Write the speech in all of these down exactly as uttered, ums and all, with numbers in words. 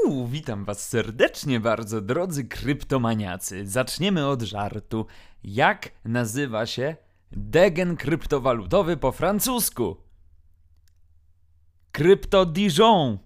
Uuu, witam was serdecznie bardzo, drodzy kryptomaniacy. Zaczniemy od żartu. Jak nazywa się degen kryptowalutowy po francusku? Krypto Dijon.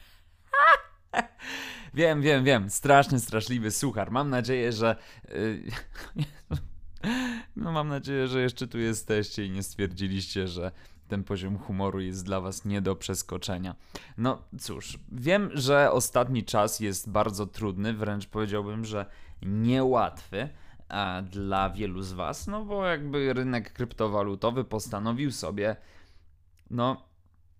Wiem, wiem, wiem. Straszny, straszliwy suchar. Mam nadzieję, że... Yy... No mam nadzieję, że jeszcze tu jesteście i nie stwierdziliście, że ten poziom humoru jest dla was nie do przeskoczenia. No cóż, wiem, że ostatni czas jest bardzo trudny, wręcz powiedziałbym, że niełatwy a, dla wielu z was, no bo jakby rynek kryptowalutowy postanowił sobie, no...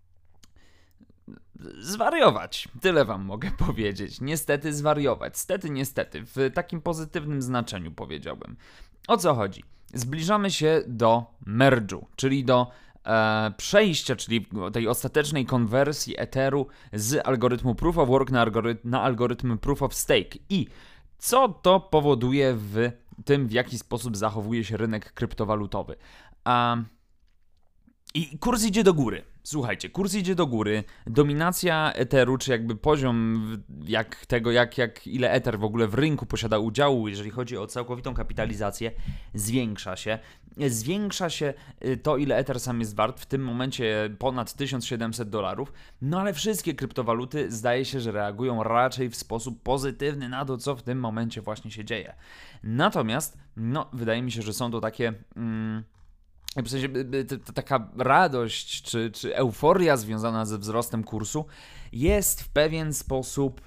zwariować. Tyle wam mogę powiedzieć. Niestety zwariować. Stety, niestety. W takim pozytywnym znaczeniu powiedziałbym. O co chodzi? Zbliżamy się do merge'u, czyli do e, przejścia, czyli tej ostatecznej konwersji Etheru z algorytmu Proof of Work na, algorytm, na algorytm Proof of Stake. I co to powoduje w tym, w jaki sposób zachowuje się rynek kryptowalutowy. Um, I kurs idzie do góry. Słuchajcie, kurs idzie do góry, dominacja Etheru, czy jakby poziom jak tego, jak, jak ile Ether w ogóle w rynku posiada udziału, jeżeli chodzi o całkowitą kapitalizację, zwiększa się. Zwiększa się to, ile Ether sam jest wart, w tym momencie ponad tysiąc siedemset dolarów, no ale wszystkie kryptowaluty zdaje się, że reagują raczej w sposób pozytywny na to, co w tym momencie właśnie się dzieje. Natomiast, no, wydaje mi się, że są to takie... Mm, W sensie taka radość czy, czy euforia związana ze wzrostem kursu jest w pewien sposób,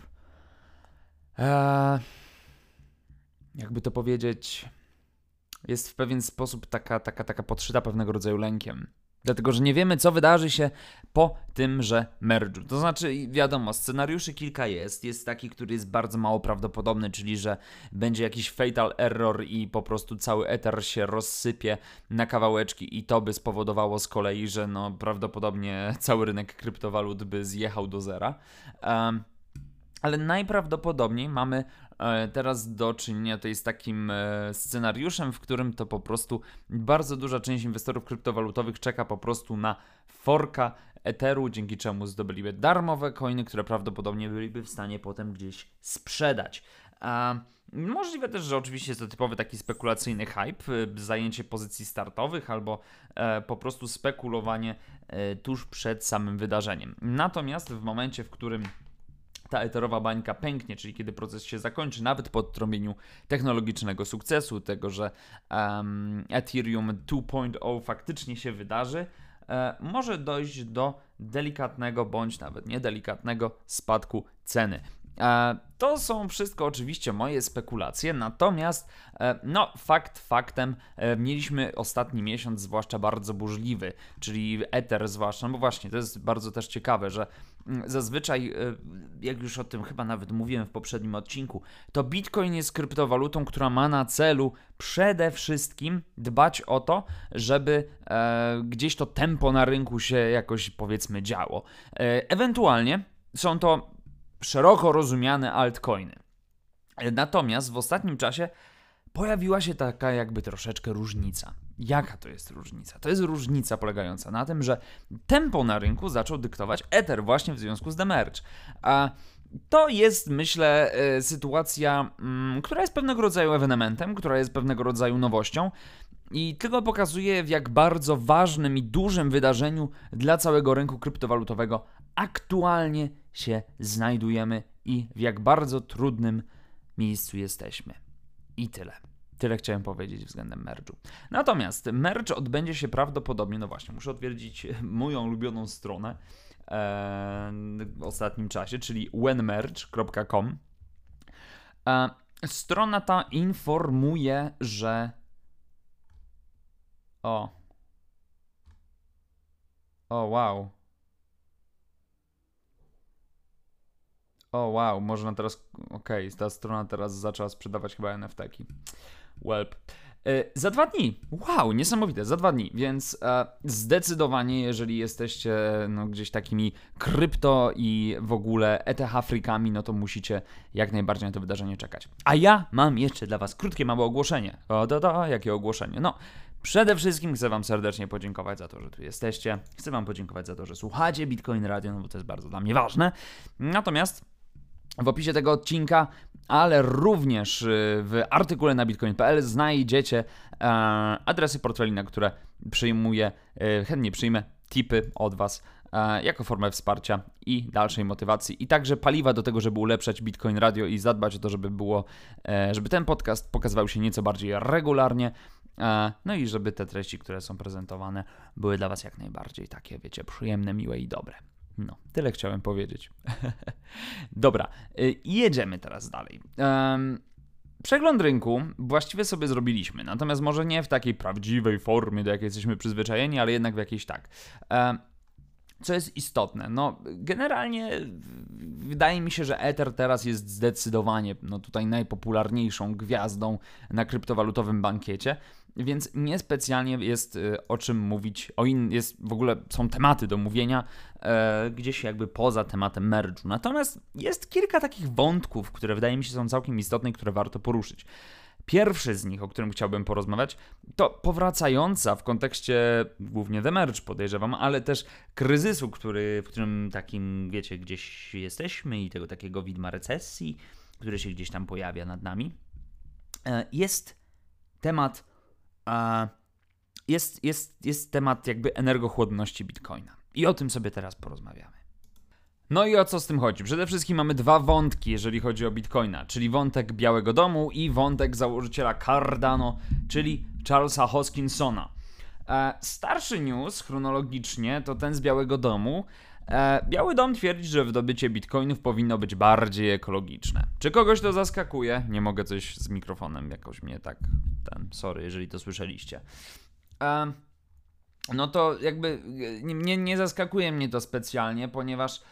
e, jakby to powiedzieć, jest w pewien sposób taka, taka, taka podszyta pewnego rodzaju lękiem. Dlatego, że nie wiemy, co wydarzy się po tymże merge'u. To znaczy, wiadomo, scenariuszy kilka jest. Jest taki, który jest bardzo mało prawdopodobny, czyli że będzie jakiś fatal error i po prostu cały Ether się rozsypie na kawałeczki i to by spowodowało z kolei, że no prawdopodobnie cały rynek kryptowalut by zjechał do zera. Um, ale najprawdopodobniej mamy teraz do czynienia tutaj z takim scenariuszem, w którym to po prostu bardzo duża część inwestorów kryptowalutowych czeka po prostu na forka Etheru, dzięki czemu zdobyliby darmowe coiny, które prawdopodobnie byliby w stanie potem gdzieś sprzedać. A możliwe też, że oczywiście jest to typowy taki spekulacyjny hype, zajęcie pozycji startowych albo e, po prostu spekulowanie e, tuż przed samym wydarzeniem. Natomiast w momencie, w którym ta eterowa bańka pęknie, czyli kiedy proces się zakończy, nawet po odtrąbieniu technologicznego sukcesu, tego, że um, Ethereum dwa zero faktycznie się wydarzy, e, może dojść do delikatnego, bądź nawet niedelikatnego spadku ceny. E, to są wszystko oczywiście moje spekulacje, natomiast e, no fakt faktem e, mieliśmy ostatni miesiąc zwłaszcza bardzo burzliwy, czyli Ether zwłaszcza, no bo właśnie to jest bardzo też ciekawe, że m, zazwyczaj, e, jak już o tym chyba nawet mówiłem w poprzednim odcinku, to Bitcoin jest kryptowalutą, która ma na celu przede wszystkim dbać o to, żeby e, gdzieś to tempo na rynku się jakoś powiedzmy działo. E, ewentualnie są to szeroko rozumiane altcoiny. Natomiast w ostatnim czasie pojawiła się taka jakby troszeczkę różnica. Jaka to jest różnica? To jest różnica polegająca na tym, że tempo na rynku zaczął dyktować Ether właśnie w związku z The Merge. A to jest, myślę, sytuacja, która jest pewnego rodzaju ewenementem, która jest pewnego rodzaju nowością i tylko pokazuje, w jak bardzo ważnym i dużym wydarzeniu dla całego rynku kryptowalutowego aktualnie się znajdujemy i w jak bardzo trudnym miejscu jesteśmy. I tyle. Tyle chciałem powiedzieć względem merge'u. Natomiast merge odbędzie się prawdopodobnie, no właśnie, muszę odwiedzić moją ulubioną stronę e, w ostatnim czasie, czyli when merge kropka com. E, strona ta informuje, że o o wow O wow, można teraz, okej, okay, ta strona teraz zaczęła sprzedawać chyba N F T-ki. Welp. Yy, za dwa dni, wow, niesamowite, za dwa dni, więc e, zdecydowanie, jeżeli jesteście no, gdzieś takimi krypto i w ogóle E T H freakami, no to musicie jak najbardziej na to wydarzenie czekać. A ja mam jeszcze dla was krótkie, małe ogłoszenie. O, to, to, jakie ogłoszenie? No, przede wszystkim chcę wam serdecznie podziękować za to, że tu jesteście. Chcę wam podziękować za to, że słuchacie Bitcoin Radio, no bo to jest bardzo dla mnie ważne. Natomiast w opisie tego odcinka, ale również w artykule na bitcoin kropka p l znajdziecie e, adresy portfeli, na które przyjmuję, e, chętnie przyjmę tipy od Was e, jako formę wsparcia i dalszej motywacji i także paliwa do tego, żeby ulepszać Bitcoin Radio i zadbać o to, żeby było, e, żeby ten podcast pokazywał się nieco bardziej regularnie, e, no i żeby te treści, które są prezentowane, były dla Was jak najbardziej takie, wiecie, przyjemne, miłe i dobre. No, tyle chciałem powiedzieć. Dobra, y, jedziemy teraz dalej. Um, przegląd rynku właściwie sobie zrobiliśmy, natomiast może nie w takiej prawdziwej formie, do jakiej jesteśmy przyzwyczajeni, ale jednak w jakiejś tak. Um, co jest istotne? No, generalnie wydaje mi się, że Ether teraz jest zdecydowanie no, tutaj najpopularniejszą gwiazdą na kryptowalutowym bankiecie, więc niespecjalnie jest y, o czym mówić, o in, jest w ogóle są tematy do mówienia e, gdzieś jakby poza tematem merge'u. Natomiast jest kilka takich wątków, które wydaje mi się są całkiem istotne i które warto poruszyć. Pierwszy z nich, o którym chciałbym porozmawiać, to powracająca w kontekście głównie The Merge, podejrzewam, ale też kryzysu, który, w którym takim, wiecie, gdzieś jesteśmy i tego takiego widma recesji, który się gdzieś tam pojawia nad nami, jest temat, jest, jest, jest temat jakby energochłodności Bitcoina. I o tym sobie teraz porozmawiamy. No i o co z tym chodzi? Przede wszystkim mamy dwa wątki, jeżeli chodzi o Bitcoina, czyli wątek Białego Domu i wątek założyciela Cardano, czyli Charlesa Hoskinsona. E, starszy news chronologicznie to ten z Białego Domu. E, Biały Dom twierdzi, że wydobycie bitcoinów powinno być bardziej ekologiczne. Czy kogoś to zaskakuje? Nie mogę coś z mikrofonem, jakoś mnie tak, ten, sorry, jeżeli to słyszeliście. E, no to jakby nie, nie zaskakuje mnie to specjalnie, ponieważ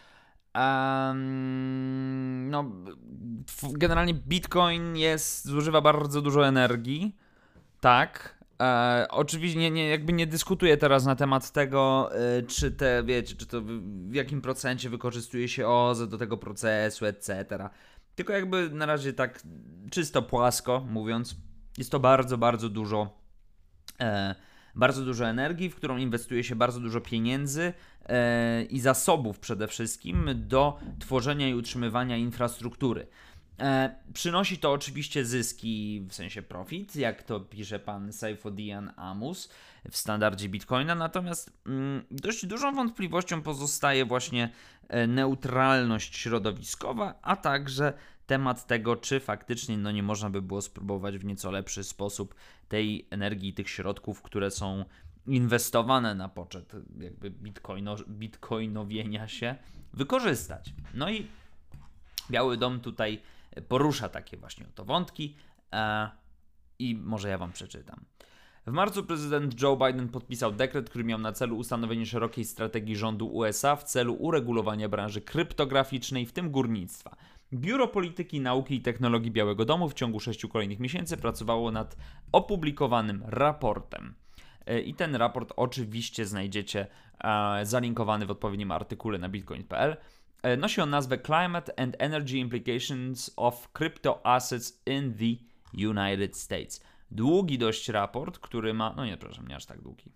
Um, no, generalnie Bitcoin jest, zużywa bardzo dużo energii, tak. E, oczywiście nie, nie, jakby nie dyskutuję teraz na temat tego, e, czy te, wiecie, czy to w, w jakim procencie wykorzystuje się O Z E do tego procesu, et cetera. Tylko jakby na razie tak czysto płasko mówiąc, jest to bardzo, bardzo dużo e, bardzo dużo energii, w którą inwestuje się bardzo dużo pieniędzy e, i zasobów przede wszystkim do tworzenia i utrzymywania infrastruktury. E, przynosi to oczywiście zyski, w sensie profit, jak to pisze pan Saifodian Amus w standardzie Bitcoina, natomiast mm, dość dużą wątpliwością pozostaje właśnie e, neutralność środowiskowa, a także temat tego, czy faktycznie no, nie można by było spróbować w nieco lepszy sposób tej energii, tych środków, które są inwestowane na poczet jakby bitcoino, bitcoinowienia się, wykorzystać. No i Biały Dom tutaj porusza takie właśnie oto wątki e, i może ja wam przeczytam. W marcu prezydent Joe Biden podpisał dekret, który miał na celu ustanowienie szerokiej strategii rządu U S A w celu uregulowania branży kryptograficznej, w tym górnictwa. Biuro Polityki, Nauki i Technologii Białego Domu w ciągu sześciu kolejnych miesięcy pracowało nad opublikowanym raportem. I ten raport oczywiście znajdziecie e, zalinkowany w odpowiednim artykule na bitcoin kropka p l. E, nosi on nazwę Climate and Energy Implications of Crypto Assets in the United States. Długi dość raport, który ma... No nie, przepraszam, nie aż tak długi.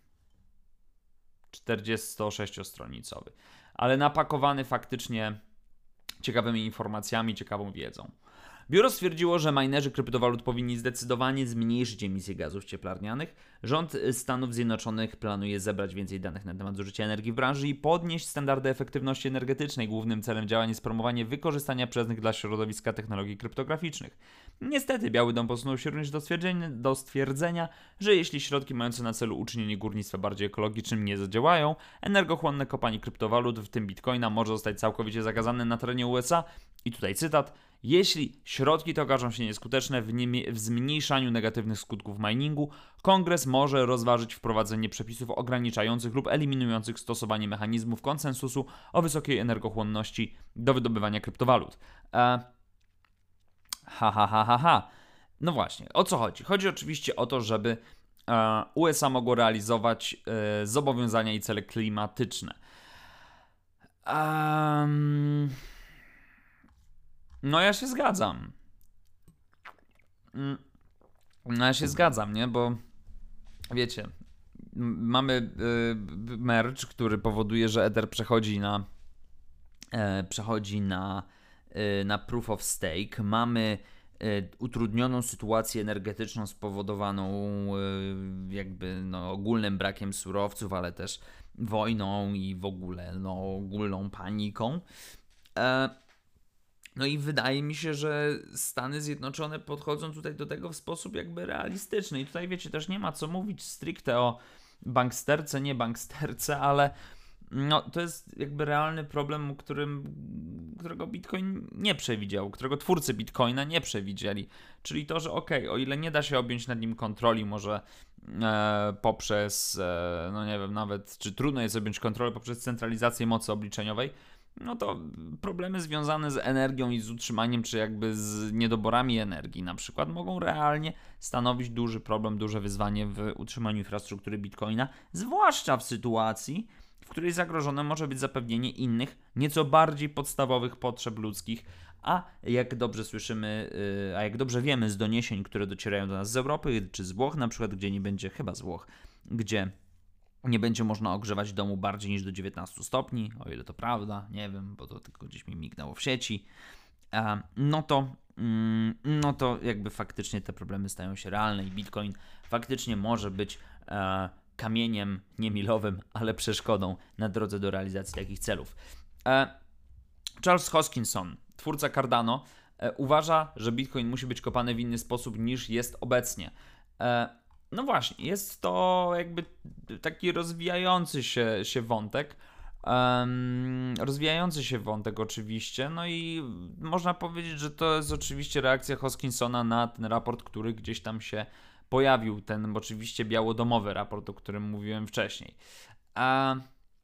czterdziestosześciostronicowy. Ale napakowany faktycznie ciekawymi informacjami, ciekawą wiedzą. Biuro stwierdziło, że minerzy kryptowalut powinni zdecydowanie zmniejszyć emisję gazów cieplarnianych. Rząd Stanów Zjednoczonych planuje zebrać więcej danych na temat zużycia energii w branży i podnieść standardy efektywności energetycznej. Głównym celem działań jest promowanie wykorzystania przyjaznych dla środowiska technologii kryptograficznych. Niestety Biały Dom posunął się również do stwierdzenia, do stwierdzenia, że jeśli środki mające na celu uczynienie górnictwa bardziej ekologicznym nie zadziałają, energochłonne kopanie kryptowalut, w tym bitcoina, może zostać całkowicie zakazane na terenie U S A. I tutaj cytat. Jeśli środki te okażą się nieskuteczne w, nie, w zmniejszaniu negatywnych skutków miningu, Kongres może rozważyć wprowadzenie przepisów ograniczających lub eliminujących stosowanie mechanizmów konsensusu o wysokiej energochłonności do wydobywania kryptowalut. E... Ha, ha, ha, ha, ha. No właśnie, o co chodzi? Chodzi oczywiście o to, żeby e, U S A mogło realizować e, zobowiązania i cele klimatyczne. Um... No ja się zgadzam. No ja się zgadzam, nie? Bo wiecie, mamy y, merge, który powoduje, że Ether przechodzi na e, przechodzi na na Proof of Stake, mamy utrudnioną sytuację energetyczną spowodowaną jakby no, ogólnym brakiem surowców, ale też wojną i w ogóle no, ogólną paniką. No i wydaje mi się, że Stany Zjednoczone podchodzą tutaj do tego w sposób jakby realistyczny. I tutaj wiecie, też nie ma co mówić stricte o banksterce, nie banksterce, ale no, to jest jakby realny problem, którym, którego Bitcoin nie przewidział, którego twórcy Bitcoina nie przewidzieli. Czyli to, że okej, okay, o ile nie da się objąć nad nim kontroli, może e, poprzez, e, no nie wiem, nawet, czy trudno jest objąć kontrolę poprzez centralizację mocy obliczeniowej, no to problemy związane z energią i z utrzymaniem, czy jakby z niedoborami energii na przykład, mogą realnie stanowić duży problem, duże wyzwanie w utrzymaniu infrastruktury Bitcoina, zwłaszcza w sytuacji, w której zagrożone może być zapewnienie innych, nieco bardziej podstawowych potrzeb ludzkich, a jak dobrze słyszymy, a jak dobrze wiemy z doniesień, które docierają do nas z Europy, czy z Włoch na przykład, gdzie nie będzie, chyba z Włoch, gdzie nie będzie można ogrzewać domu bardziej niż do dziewiętnastu stopni, o ile to prawda, nie wiem, bo to tylko gdzieś mi mignęło w sieci, no to, no to jakby faktycznie te problemy stają się realne i Bitcoin faktycznie może być kamieniem nie milowym, ale przeszkodą na drodze do realizacji takich celów. Charles Hoskinson, twórca Cardano, uważa, że Bitcoin musi być kopany w inny sposób niż jest obecnie. No właśnie, jest to jakby taki rozwijający się, się wątek. Um, rozwijający się wątek oczywiście, no i można powiedzieć, że to jest oczywiście reakcja Hoskinsona na ten raport, który gdzieś tam się pojawił, ten oczywiście białodomowy raport, o którym mówiłem wcześniej. A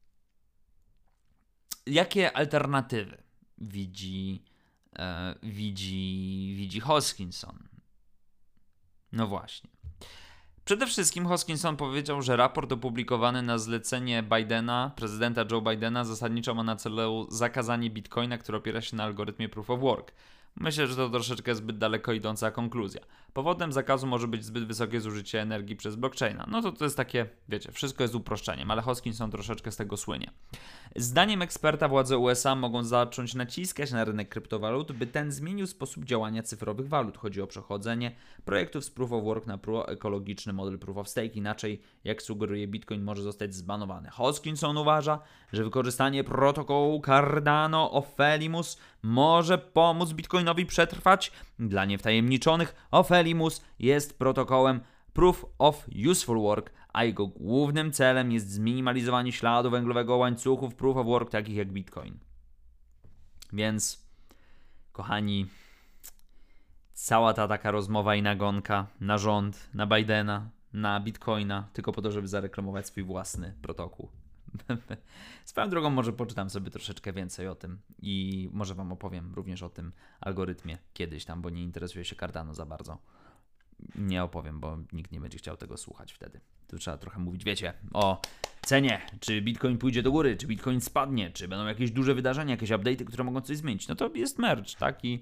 jakie alternatywy widzi, e, widzi, widzi Hoskinson? No właśnie. Przede wszystkim Hoskinson powiedział, że raport opublikowany na zlecenie Bidena, prezydenta Joe Bidena, zasadniczo ma na celu zakazanie Bitcoina, który opiera się na algorytmie Proof of Work. Myślę, że to troszeczkę zbyt daleko idąca konkluzja. Powodem zakazu może być zbyt wysokie zużycie energii przez blockchaina. No to to jest takie, wiecie, wszystko jest uproszczeniem, ale Hoskinson troszeczkę z tego słynie. Zdaniem eksperta władze U S A mogą zacząć naciskać na rynek kryptowalut, by ten zmienił sposób działania cyfrowych walut. Chodzi o przechodzenie projektów z Proof of Work na proekologiczny model Proof of Stake. Inaczej, jak sugeruje Bitcoin, może zostać zbanowany. Hoskinson uważa, że wykorzystanie protokołu Cardano Ophelimus może pomóc Bitcoinowi przetrwać. Dla niewtajemniczonych Ophelimus jest protokołem Proof of Useful Work, a jego głównym celem jest zminimalizowanie śladu węglowego łańcuchów Proof of Work takich jak Bitcoin. Więc, kochani, cała ta taka rozmowa i nagonka na rząd, na Bidena, na Bitcoina, tylko po to, żeby zareklamować swój własny protokół. Swoją drogą może poczytam sobie troszeczkę więcej o tym i może wam opowiem również o tym algorytmie kiedyś tam, bo nie interesuje się Cardano za bardzo. Nie opowiem, bo nikt nie będzie chciał tego słuchać wtedy. Tu trzeba trochę mówić, wiecie, o cenie, czy Bitcoin pójdzie do góry, czy Bitcoin spadnie, czy będą jakieś duże wydarzenia, jakieś update'y, które mogą coś zmienić. No to jest merch, tak? I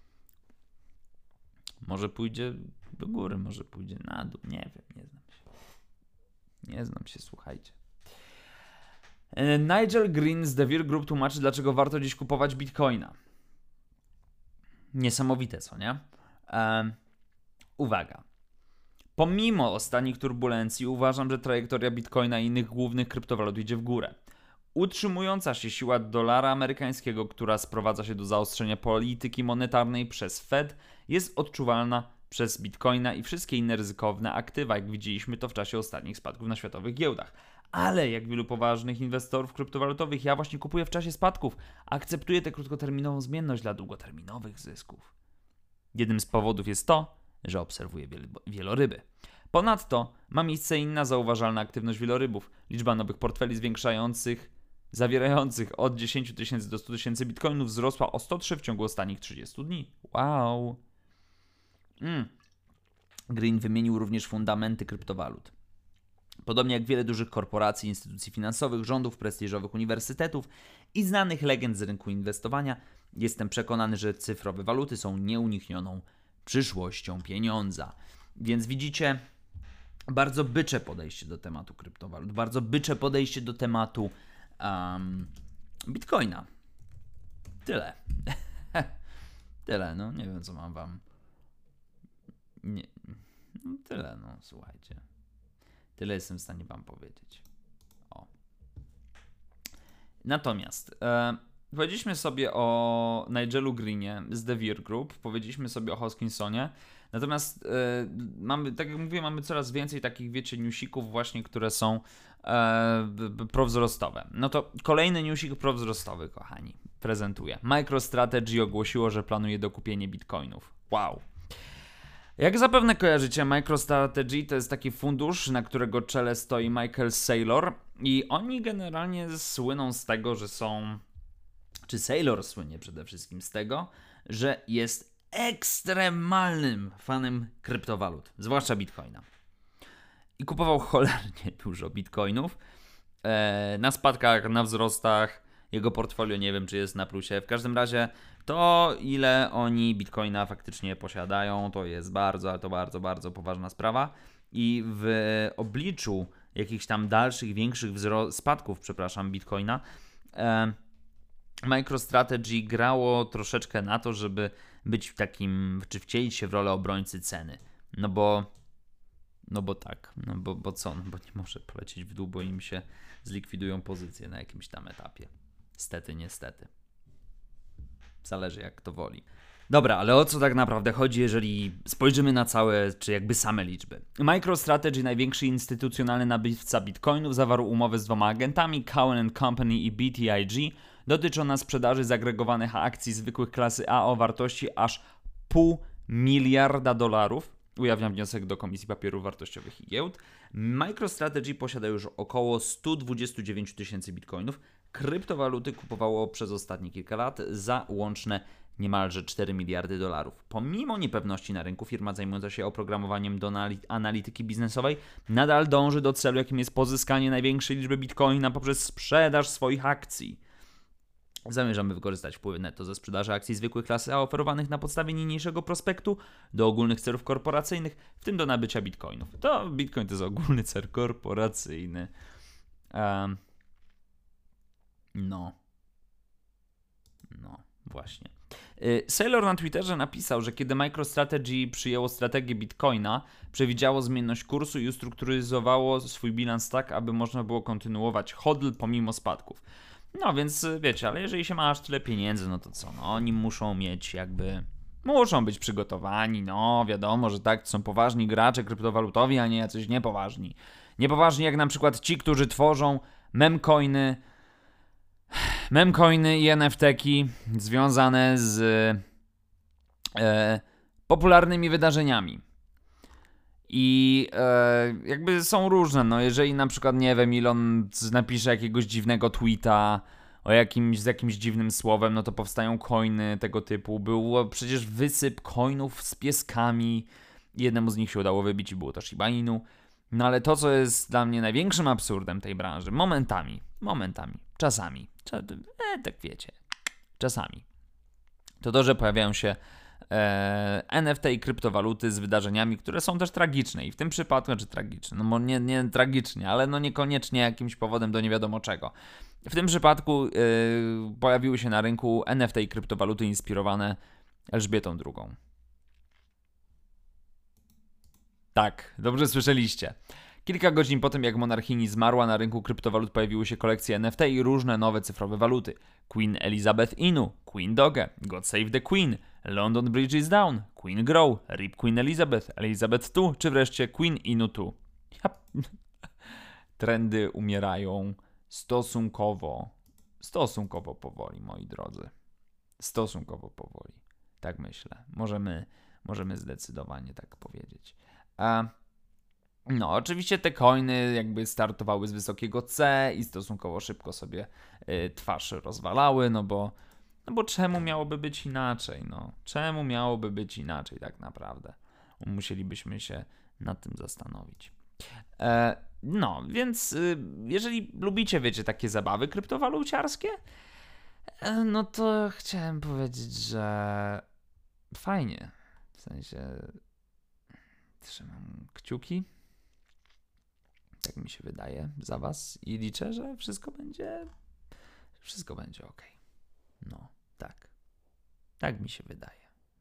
może pójdzie do góry, może pójdzie na dół, nie wiem, nie znam się. Nie znam się, słuchajcie. Nigel Green z The Vir Group tłumaczy, dlaczego warto dziś kupować Bitcoina. Niesamowite, co nie? Ehm, uwaga. Pomimo ostatnich turbulencji uważam, że trajektoria Bitcoina i innych głównych kryptowalut idzie w górę. Utrzymująca się siła dolara amerykańskiego, która sprowadza się do zaostrzenia polityki monetarnej przez Fed, jest odczuwalna przez Bitcoina i wszystkie inne ryzykowne aktywa, jak widzieliśmy to w czasie ostatnich spadków na światowych giełdach. Ale jak wielu poważnych inwestorów kryptowalutowych, ja właśnie kupuję w czasie spadków. Akceptuję tę krótkoterminową zmienność dla długoterminowych zysków. Jednym z powodów jest to, że obserwuję wieloryby. Ponadto ma miejsce inna zauważalna aktywność wielorybów. Liczba nowych portfeli zwiększających, zawierających od dziesięć tysięcy do stu tysięcy bitcoinów wzrosła o sto trzy w ciągu ostatnich trzydziestu dni. Wow! Mm. Green wymienił również fundamenty kryptowalut. Podobnie jak wiele dużych korporacji, instytucji finansowych, rządów, prestiżowych uniwersytetów i znanych legend z rynku inwestowania, jestem przekonany, że cyfrowe waluty są nieuniknioną przyszłością pieniądza. Więc widzicie, bardzo bycze podejście do tematu kryptowalut, bardzo bycze podejście do tematu um, Bitcoina. Tyle. Tyle, no nie wiem co mam wam. Nie, no tyle, no słuchajcie. Tyle jestem w stanie wam powiedzieć. O. Natomiast e, powiedzieliśmy sobie o Nigelu Greenie z The Veer Group, powiedzieliśmy sobie o Hoskinsonie. Natomiast e, mamy, tak jak mówiłem, mamy coraz więcej takich, wiecie, newsików właśnie, które są e, prowzrostowe. No to kolejny newsik prowzrostowy, kochani, prezentuję. MicroStrategy ogłosiło, że planuje dokupienie bitcoinów. Wow. Jak zapewne kojarzycie, MicroStrategy to jest taki fundusz, na którego czele stoi Michael Saylor i oni generalnie słyną z tego, że są, czy Saylor słynie przede wszystkim z tego, że jest ekstremalnym fanem kryptowalut, zwłaszcza bitcoina. I kupował cholernie dużo bitcoinów e, na spadkach, na wzrostach. Jego portfolio nie wiem, czy jest na plusie. W każdym razie to, ile oni bitcoina faktycznie posiadają, to jest bardzo, ale to bardzo, bardzo poważna sprawa. I w obliczu jakichś tam dalszych, większych wzro- spadków, przepraszam, bitcoina, e, MicroStrategy grało troszeczkę na to, żeby być w takim, czy wcielić się w rolę obrońcy ceny. No bo, no bo tak, no bo, bo co, no bo nie może polecieć w dół, bo im się zlikwidują pozycje na jakimś tam etapie. Stety, niestety. Zależy jak kto woli. Dobra, ale o co tak naprawdę chodzi, jeżeli spojrzymy na całe, czy jakby same liczby? MicroStrategy, największy instytucjonalny nabywca bitcoinów, zawarł umowę z dwoma agentami, Cowen and Company i B T I G. Dotyczy ona sprzedaży zagregowanych akcji zwykłych klasy A o wartości aż pół miliarda dolarów. Ujawniam wniosek do Komisji Papierów Wartościowych i Giełd. MicroStrategy posiada już około sto dwadzieścia dziewięć tysięcy bitcoinów. Kryptowaluty kupowało przez ostatnie kilka lat za łączne niemalże cztery miliardy dolarów. Pomimo niepewności na rynku, firma zajmująca się oprogramowaniem do analityki biznesowej nadal dąży do celu, jakim jest pozyskanie największej liczby bitcoina poprzez sprzedaż swoich akcji. Zamierzamy wykorzystać wpływy netto ze sprzedaży akcji zwykłych klasy A oferowanych na podstawie niniejszego prospektu do ogólnych celów korporacyjnych, w tym do nabycia bitcoinów. To bitcoin to jest ogólny cel korporacyjny. Um, no. No, właśnie. Saylor na Twitterze napisał, że kiedy MicroStrategy przyjęło strategię bitcoina, przewidziało zmienność kursu i ustrukturyzowało swój bilans tak, aby można było kontynuować hodl pomimo spadków. No więc wiecie, ale jeżeli się ma aż tyle pieniędzy, no to co? No oni muszą mieć jakby... Muszą być przygotowani, no wiadomo, że tak, to są poważni gracze kryptowalutowi, a nie jacyś niepoważni. Niepoważni jak na przykład ci, którzy tworzą memcoiny, memcoiny i N F T-ki związane z e, popularnymi wydarzeniami. I e, jakby są różne, no jeżeli na przykład, nie wiem, Elon napisze jakiegoś dziwnego tweeta o jakimś, z jakimś dziwnym słowem, no to powstają coiny tego typu. Był przecież wysyp coinów z pieskami, jednemu z nich się udało wybić i było to Shiba Inu. No ale to, co jest dla mnie największym absurdem tej branży, momentami, momentami, czasami, e, tak wiecie, czasami, to to, że pojawiają się e, N F T i kryptowaluty z wydarzeniami, które są też tragiczne i w tym przypadku, znaczy tragiczne, no nie, nie tragicznie, ale no niekoniecznie jakimś powodem do nie wiadomo czego. W tym przypadku e, pojawiły się na rynku N F T i kryptowaluty inspirowane Elżbietą drugą. Tak, dobrze słyszeliście. Kilka godzin po tym, jak monarchini zmarła, na rynku kryptowalut pojawiły się kolekcje N F T i różne nowe cyfrowe waluty. Queen Elizabeth Inu, Queen Doge, God Save the Queen, London Bridge is Down, Queen Grow, R I P Queen Elizabeth, Elizabeth druga, czy wreszcie Queen Inu druga. Ja... Trendy umierają stosunkowo, stosunkowo powoli, moi drodzy. Stosunkowo powoli. Tak myślę. Możemy, możemy zdecydowanie tak powiedzieć. A... No, oczywiście te coiny jakby startowały z wysokiego C i stosunkowo szybko sobie y, twarz rozwalały, no bo, no bo czemu miałoby być inaczej, no? Czemu miałoby być inaczej tak naprawdę? Musielibyśmy się nad tym zastanowić. E, no, więc y, jeżeli lubicie, wiecie, takie zabawy kryptowaluciarskie, e, no to chciałem powiedzieć, że fajnie. W sensie trzymam kciuki. Tak mi się wydaje za was i liczę, że wszystko będzie wszystko będzie ok. No, tak. Tak mi się wydaje.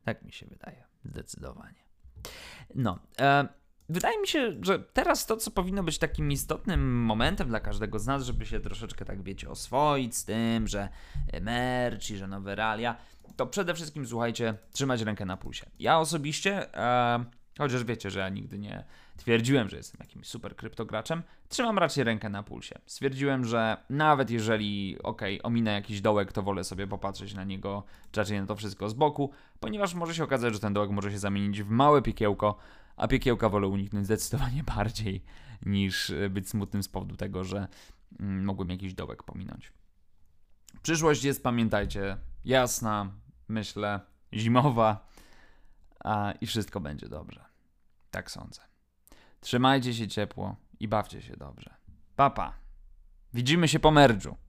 Tak mi się wydaje, zdecydowanie. No, e, wydaje mi się, że teraz to, co powinno być takim istotnym momentem dla każdego z nas, żeby się troszeczkę, tak wiecie, oswoić z tym, że merch i że nowe realia, to przede wszystkim, słuchajcie, trzymać rękę na pulsie. Ja osobiście, e, chociaż wiecie, że ja nigdy nie twierdziłem, że jestem jakimś super kryptograczem, trzymam raczej rękę na pulsie. Stwierdziłem, że nawet jeżeli, okej, okay, ominę jakiś dołek, to wolę sobie popatrzeć na niego, czy raczej na to wszystko z boku, ponieważ może się okazać, że ten dołek może się zamienić w małe piekiełko, a piekiełka wolę uniknąć zdecydowanie bardziej niż być smutnym z powodu tego, że mm, mogłem jakiś dołek pominąć. Przyszłość jest, pamiętajcie, jasna, myślę, zimowa, a, i wszystko będzie dobrze. Tak sądzę. Trzymajcie się ciepło i bawcie się dobrze. Pa, pa. Widzimy się po merdżu.